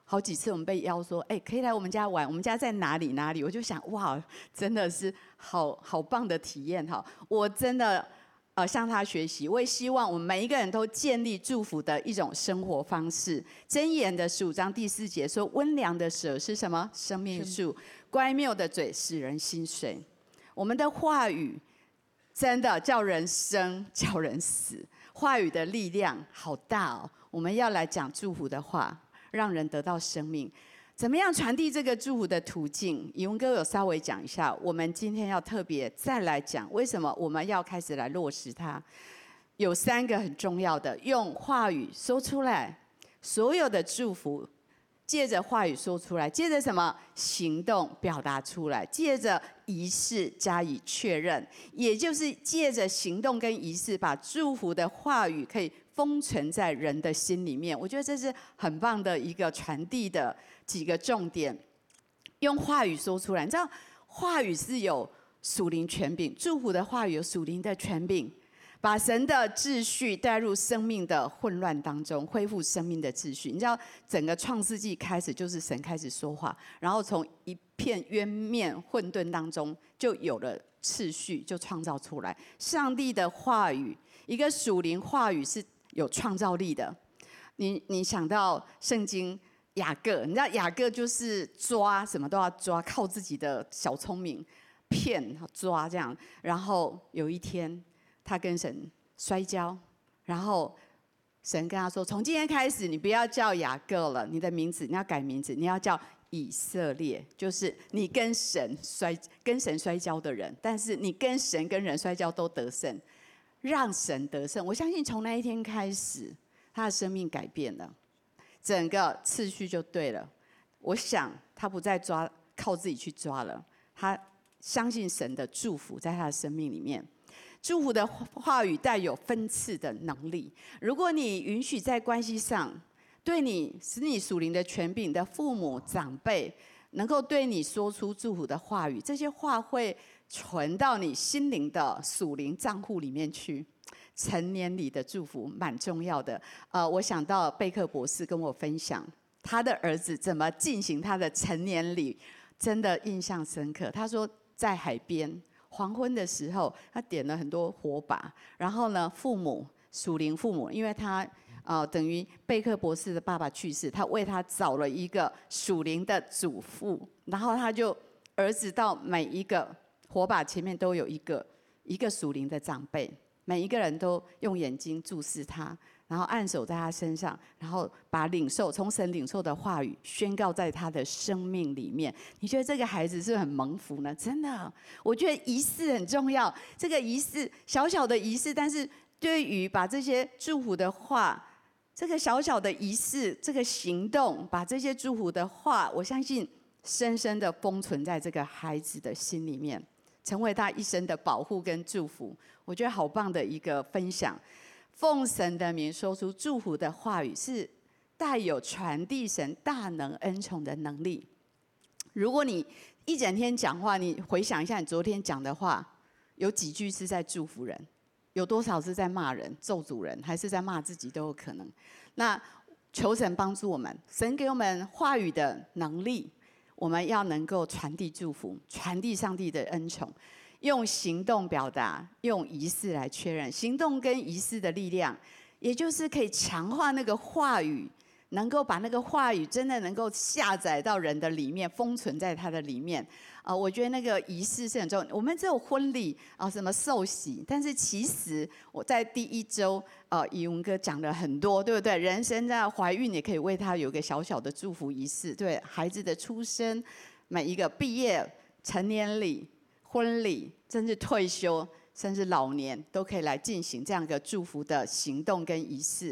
好几次我们被邀说，哎，可以来我们家玩，我们家在哪里哪里？我就想，哇，真的是好好棒的体验哈！我真的呃向他学习，我也希望我们每一个人都建立祝福的一种生活方式。箴言的十五章第四节说，温良的舌是什么？生命树。乖谬的嘴使人心碎。我们的话语真的叫人生，叫人死。话语的力量好大哦！我们要来讲祝福的话，让人得到生命。怎么样传递这个祝福的途径？以文哥有稍微讲一下。我们今天要特别再来讲，为什么我们要开始来落实它？有三个很重要的，用话语说出来，所有的祝福。借着话语说出来，借着什么行动表达出来，借着仪式加以确认，也就是借着行动跟仪式，把祝福的话语可以封存在人的心里面。我觉得这是很棒的一个传递的几个重点。用话语说出来，你知道话语是有属灵权柄，祝福的话语有属灵的权柄。把神的秩序带入生命的混乱当中，恢复生命的秩序。你知道，整个创世纪开始就是神开始说话，然后从一片渊面混沌当中就有了秩序，就创造出来。上帝的话语，一个属灵话语是有创造力的。你你想到圣经雅各，你知道雅各就是抓什么都要抓，靠自己的小聪明骗抓这样，然后有一天。他跟神摔跤，然后神跟他说：“从今天开始，你不要叫雅各了，你的名字你要改名字，你要叫以色列，就是你跟神摔跟神摔跤的人，但是你跟神跟人摔跤都得胜，让神得胜。”我相信从那一天开始，他的生命改变了，整个次序就对了。我想他不再抓靠自己去抓了，他相信神的祝福在他的生命里面。祝福的话语带有分赐的能力。如果你允许在关系上，对你使你属灵的权柄的父母长辈，能够对你说出祝福的话语，这些话会存到你心灵的属灵账户里面去。成年里的祝福蛮重要的。呃，我想到贝克博士跟我分享，他的儿子怎么进行他的成年礼，真的印象深刻。他说在海边。黄昏的时候，他点了很多火把，然后呢，父母属灵父母，因为他呃等于贝克博士的爸爸去世，他为他找了一个属灵的祖父，然后他就儿子到每一个火把前面都有一个一个属灵的长辈，每一个人都用眼睛注视他。然后按手在他身上，然后把领受从神领受的话语宣告在他的生命里面。你觉得这个孩子是不是很蒙福呢？真的，我觉得仪式很重要。这个仪式小小的仪式，但是对于把这些祝福的话，这个小小的仪式，这个行动，把这些祝福的话，我相信深深的封存在这个孩子的心里面，成为他一生的保护跟祝福。我觉得好棒的一个分享。奉神的名说出祝福的话语，是带有传递神大能恩宠的能力。如果你一整天讲话，你回想一下你昨天讲的话，有几句是在祝福人，有多少是在骂人、咒诅人，还是在骂自己都有可能。那求神帮助我们，神给我们话语的能力，我们要能够传递祝福，传递上帝的恩宠。用行动表达，用仪式来确认。行动跟仪式的力量，也就是可以强化那个话语，能够把那个话语真的能够下载到人的里面，封存在他的里面。啊、呃，我觉得那个仪式是很重要。我们只有婚礼啊、呃，什么受洗，但是其实我在第一周，呃，以文哥讲了很多，对不对？人生在怀孕也可以为他有一个小小的祝福仪式，对孩子的出生，每一个毕业、成年礼。婚礼，甚至退休，甚至老年，都可以来进行这样一个祝福的行动跟仪式。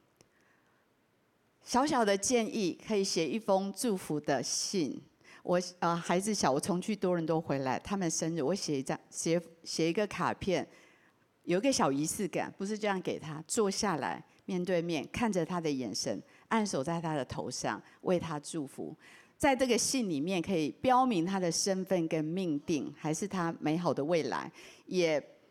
小小的建议，可以写一封祝福的信。我呃孩子小，我从去多伦多回来，他们生日，我写一张写写一个卡片，有一个小仪式感，不是这样给他，坐下来面对面，看着他的眼神，按手在他的头上，为他祝福。在这个信里面，可以标明他的身份跟命定，还是他美好的未来，也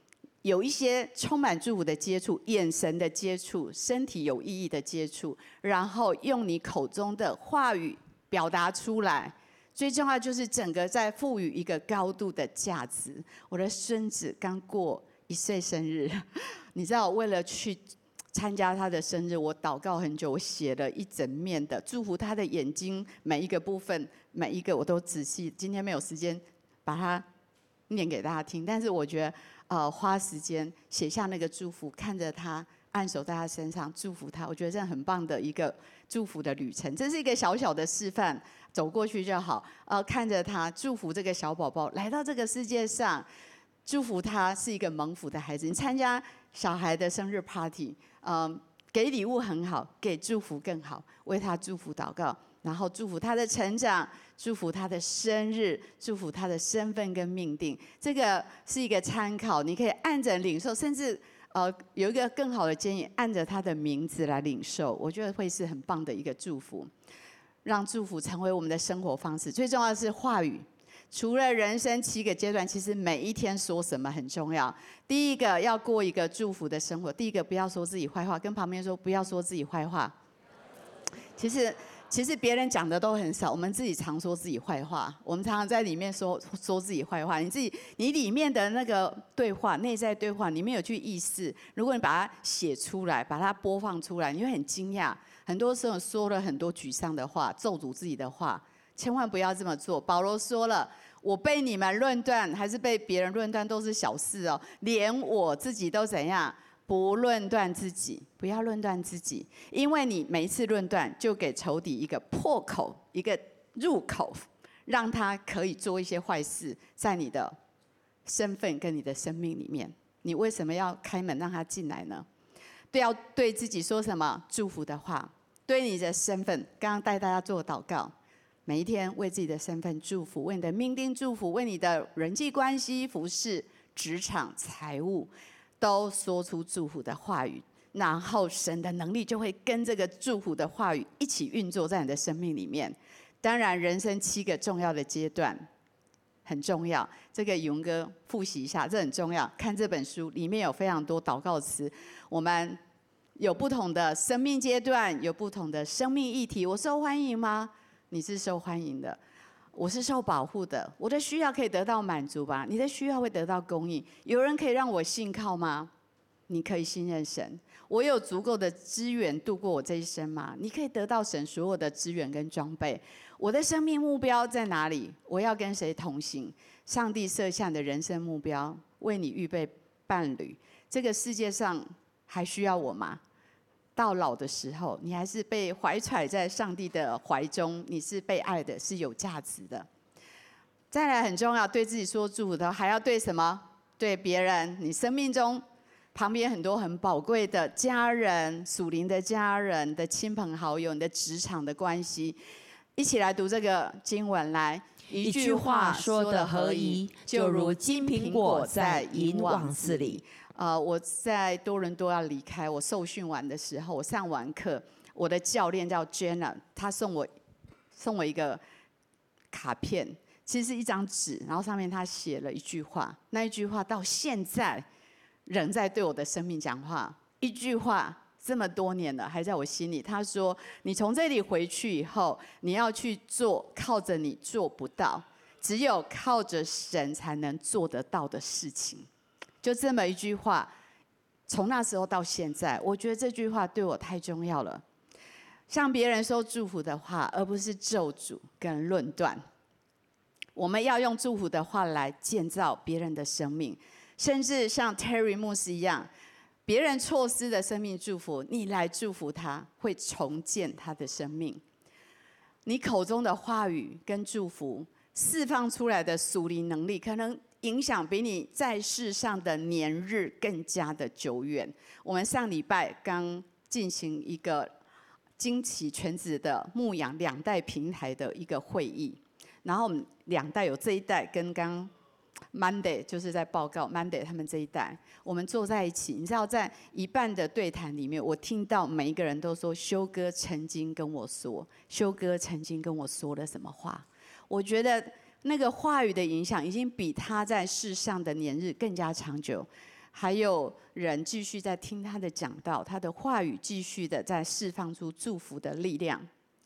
有一些充满祝福的接触，眼神的接触，身体有意义的接触，然后用你口中的话语表达出来。最重要就是整个在赋予一个高度的价值。我的孙子刚过一岁生日，你知道，为了去参加他的生日，我祷告很久，我写了一整面的祝福他的眼睛每一个部分，每一个我都仔细。今天没有时间把它念给大家听，但是我觉得，呃，花时间写下那个祝福，看着他，按手在他身上，祝福他，我觉得这是很棒的一个祝福的旅程。这是一个小小的示范，走过去就好。呃，看着他，祝福这个小宝宝来到这个世界上，祝福他是一个蒙福的孩子。你参加小孩的生日 party， 嗯、呃，给礼物很好，给祝福更好，为他祝福祷告。然后祝福他的成长，祝福他的生日，祝福他的身份跟命定。这个是一个参考，你可以按着领受，甚至呃有一个更好的建议，按着他的名字来领受，我觉得会是很棒的一个祝福，让祝福成为我们的生活方式。最重要的是话语。除了人生七个阶段，其实每一天说什么很重要。第一个要过一个祝福的生活，第一个不要说自己坏话，跟旁边说不要说自己坏话。其实。其实别人讲的都很少，我们自己常说自己坏话。我们常常在里面说说自己坏话。你自己，你里面的那个对话，内在对话，你没有去意识。如果你把它写出来，把它播放出来，你会很惊讶。很多时候说了很多沮丧的话，咒诅自己的话，千万不要这么做。保罗说了，我被你们论断，还是被别人论断，都是小事哦。连我自己都怎样？不论断自己，不要论断自己，因为你每一次论断，就给仇敌一个破口，一个入口，让他可以做一些坏事，在你的身份跟你的生命里面。你为什么要开门让他进来呢？对，要对自己说什么祝福的话，对你的身份，刚刚带大家做祷告，每一天为自己的身份祝福，为你的命定祝福，为你的人际关系、服事、职场、财务。都说出祝福的话语，然后神的能力就会跟这个祝福的话语一起运作在你的生命里面。当然，人生七个重要的阶段很重要，这个勇哥复习一下，这很重要。看这本书里面有非常多祷告词，我们有不同的生命阶段，有不同的生命议题。我受欢迎吗？你是受欢迎的。我是受保护的，我的需要可以得到满足吧？你的需要会得到供应。有人可以让我信靠吗？你可以信任神。我有足够的资源度过我这一生吗？你可以得到神所有的资源跟装备。我的生命目标在哪里？我要跟谁同行？上帝设下的人生目标，为你预备伴侣。这个世界上还需要我吗？到老的时候，你还是被怀揣在上帝的怀中，你是被爱的，是有价值的。再来很重要，对自己说祝福的，还要对什么？对别人。你生命中旁边很多很宝贵的家人、属灵的家人的亲朋好友，你的职场的关系，一起来读这个经文来。 一句话说的合宜，就如金苹果在银网子里。 呃，我在多伦多要离开，我受训完的时候，我上完课，我的教练叫 Jenna， 他送我送我一个卡片，其实是一张纸，然后上面他写了一句话，那一句话到现在仍在对我的生命讲话，一句话这么多年了，还在我心里。他说：“你从这里回去以后，你要去做靠着你做不到，只有靠着神才能做得到的事情。”就这么一句话，从那时候到现在，我觉得这句话对我太重要了。向别人说祝福的话，而不是咒诅跟论断。我们要用祝福的话来建造别人的生命，甚至像 Terry 牧师一样，别人错失的生命祝福，你来祝福他，会重建他的生命。你口中的话语跟祝福释放出来的属灵能力，可能影响比你在世上的年日更加的久远。我们上礼拜刚进行一个惊奇全职的牧养两代平台的一个会议，然后我们两代有这一代跟刚 Monday 就是在报告 Monday 他们这一代，我们坐在一起，你知道在一半的对谈里面，我听到每一个人都说修哥曾经跟我说，修哥曾经跟我说了什么话，我觉得那个话语的影响已经比他在世上的年日更加长久。 还有人继续在听他的讲道，他的话语继续的在释放出祝福的力量。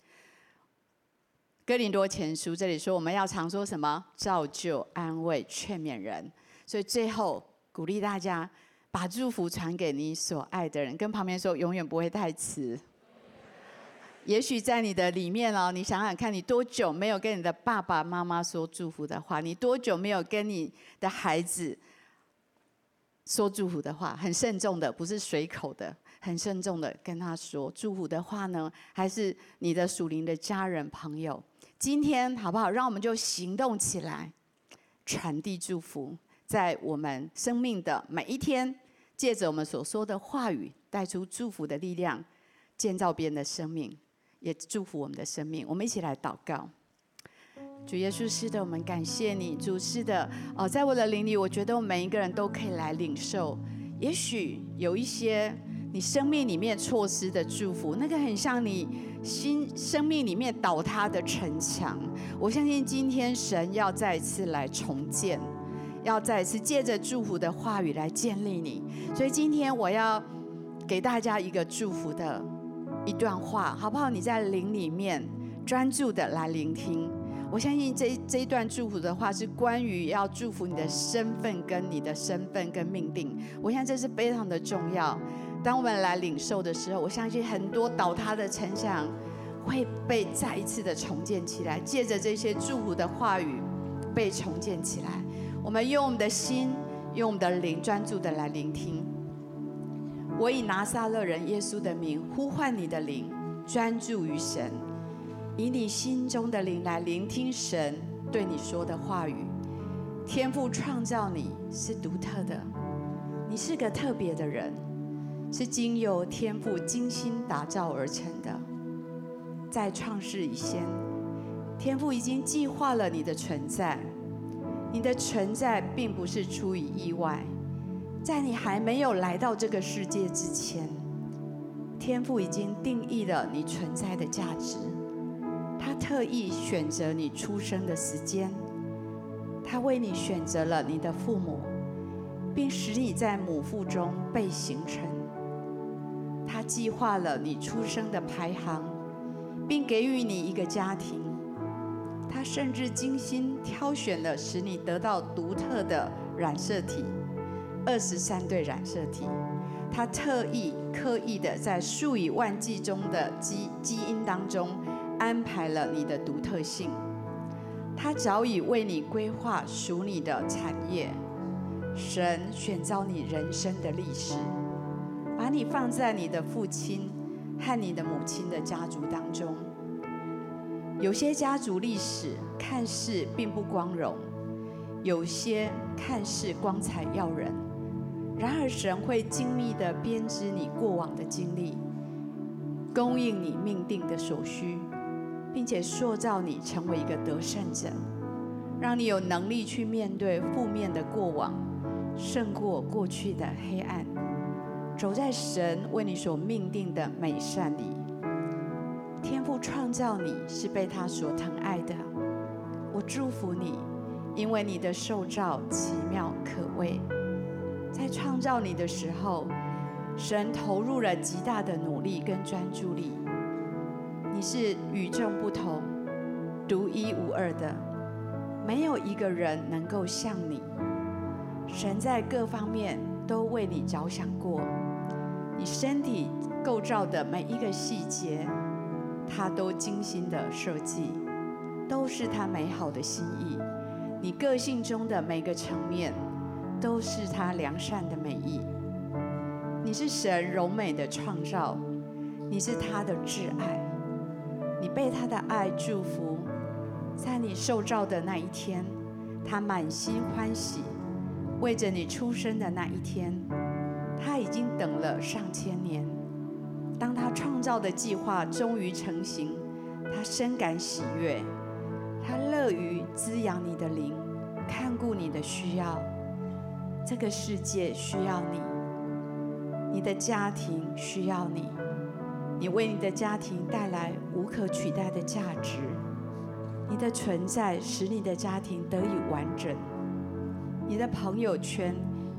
哥林多前书这里说，我们要常说什么？造就、安慰、劝勉人。所以最后鼓励大家，把祝福传给你所爱的人，跟旁边说，永远不会太迟。也许在你的里面哦，你想想看，你多久没有跟你的爸爸妈妈说祝福的话？你多久没有跟你的孩子说祝福的话？很慎重的，不是随口的，很慎重的跟他说祝福的话呢？还是你的属灵的家人朋友？今天好不好？让我们就行动起来，传递祝福，在我们生命的每一天，借着我们所说的话语，带出祝福的力量，建造别人的生命。也祝福我们的生命，我们一起来祷告。主耶稣，是的，我们感谢你。主，是的，哦，在我的灵里，我觉得我们每一个人都可以来领受。也许有一些你生命里面错失的祝福，那个很像你心生命里面倒塌的城墙。我相信今天神要再一次来重建，要再一次借着祝福的话语来建立你。所以今天我要给大家一个祝福的一段话，好不好？你在灵里面专注的来聆听。我相信这这一段祝福的话是关于要祝福你的身份跟你的身份跟命定。我相信这是非常的重要。当我们来领受的时候，我相信很多倒塌的城墙会被再一次的重建起来，借着这些祝福的话语被重建起来。我们用我们的心，用我们的灵，专注的来聆听。我以拿撒勒人耶稣的名呼唤你的灵，专注于神，以你心中的灵来聆听神对你说的话语。天父创造你是独特的，你是个特别的人，是经由天父精心打造而成的。在创世以前，天父已经计划了你的存在，你的存在并不是出于意外。在你还没有来到这个世界之前，天父已经定义了你存在的价值。他特意选择你出生的时间，他为你选择了你的父母，并使你在母腹中被形成。他计划了你出生的排行，并给予你一个家庭。他甚至精心挑选了使你得到独特的染色体。二十三对染色体，他特意刻意的在数以万计中的基基因当中安排了你的独特性。他早已为你规划属你的产业。神选召你人生的历史，把你放在你的父亲和你的母亲的家族当中。有些家族历史看似并不光荣，有些看似光彩耀人。然而神会精密地编织你过往的经历，供应你命定的所需，并且塑造你成为一个得胜者，让你有能力去面对负面的过往，胜过过去的黑暗，走在神为你所命定的美善里。天父创造你是被他所疼爱的，我祝福你，因为你的受造奇妙可畏。在创造你的时候，神投入了极大的努力跟专注力。你是与众不同、独一无二的，没有一个人能够像你。神在各方面都为你着想过，你身体构造的每一个细节，他都精心的设计，都是他美好的心意。你个性中的每个层面，都是他良善的美意。你是神柔美的创造，你是他的挚爱，你被他的爱祝福。在你受造的那一天，他满心欢喜。为着你出生的那一天，他已经等了上千年。当他创造的计划终于成型，他深感喜悦，他乐于滋养你的灵，看顾你的需要。这个世界需要你，你的家庭需要你，你为你的家庭带来无可取代的价值。你的存在使你的家庭得以完整，你的朋友圈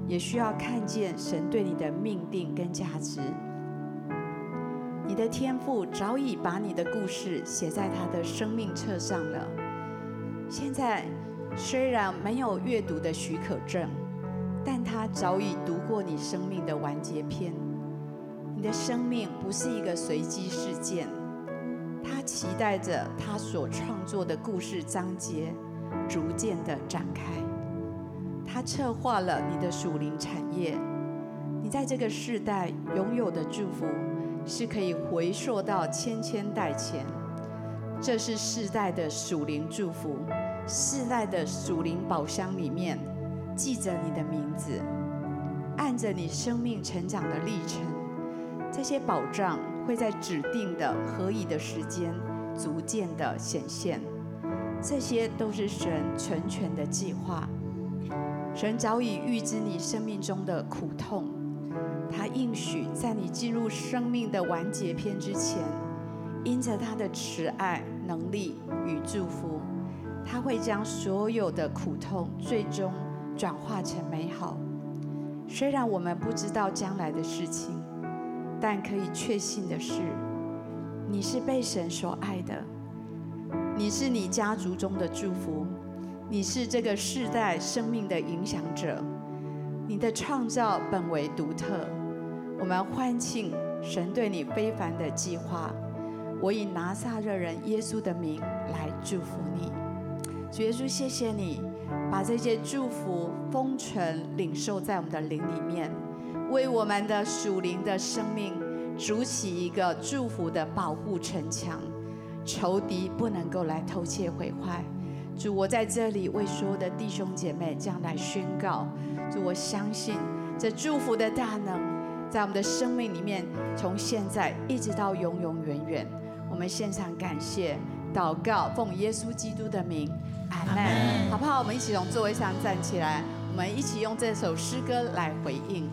也需要看见神对你的命定跟价值。你的天父早已把你的故事写在他的生命册上了。现在虽然没有阅读的许可证，但他早已读过你生命的完结篇。你的生命不是一个随机事件，他期待着他所创作的故事章节逐渐的展开。他策划了你的属灵产业，你在这个世代拥有的祝福是可以回溯到千千代前。这是世代的属灵祝福，世代的属灵宝箱里面记着你的名字，按着你生命成长的历程，这些宝藏会在指定的合宜的时间逐渐的显现。这些都是神全权的计划。神早已预知你生命中的苦痛，他应许在你进入生命的完结篇之前，因着他的慈爱、能力与祝福，他会将所有的苦痛最终转化成美好。虽然我们不知道将来的事情，但可以确信的是，你是被神所爱的，你是你家族中的祝福，你是这个世代生命的影响者。你的创造本为独特，我们欢庆神对你非凡的计划。我以拿撒勒人耶稣的名来祝福你。主耶稣，谢谢你把这些祝福封存领受在我们的灵里面，为我们的属灵的生命筑起一个祝福的保护城墙，仇敌不能够来偷窃毁坏。主，我在这里为所有的弟兄姐妹这样来宣告。主，我相信这祝福的大能在我们的生命里面，从现在一直到永永远远。我们献上感谢祷告，奉耶稣基督的名，阿们。好不好？我们一起从座位上站起来，我们一起用这首诗歌来回应。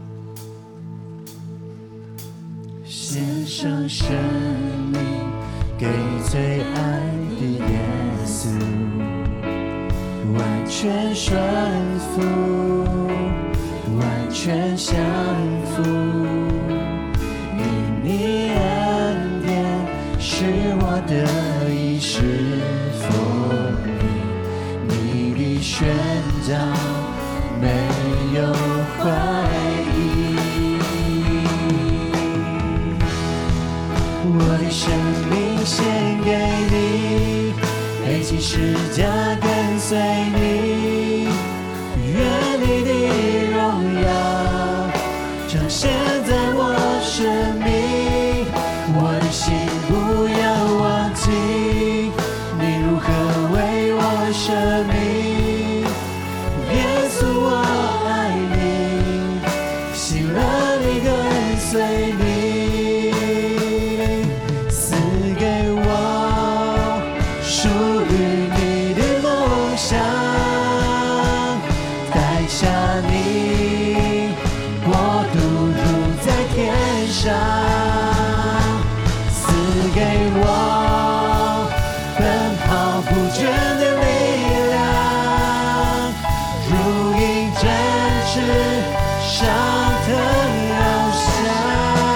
献上生命给最爱的耶稣，完全顺服，完全降服，因你恩典是我的衣食丰盈，你的宣召没有怀疑。我的生命献给你，背起十架跟随你，愿你的荣耀彰显在我生命。我的心不要忘记，你如何为我舍命。耶稣我爱你，喜乐你跟随你，赐给我奔跑不倦的力量，如鹰展翅上腾翱翔。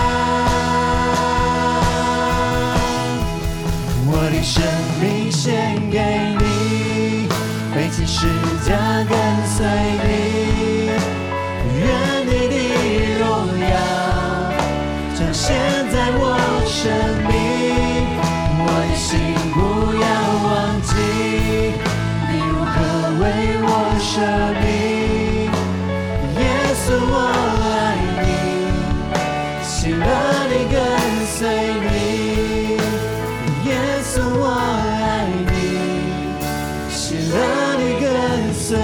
我的生命献给你，背起十架跟随你，愿你的荣耀彰显在我生命。我的心不要忘记，你如何为我舍命。耶稣我爱你，喜乐你跟随你。耶稣我爱你，喜乐你跟随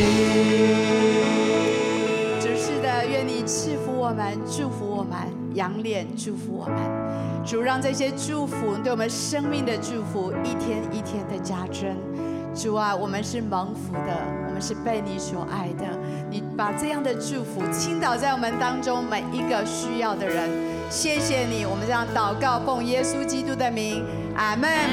你。 主是的，愿你赐福我们，祝福我们，仰脸祝福我们。主，让这些祝福对我们生命的祝福一天一天的加增。主啊，我们是蒙福的，我们是被你所爱的。你把这样的祝福倾倒在我们当中每一个需要的人。谢谢你，我们这样祷告，奉耶稣基督的名，阿们。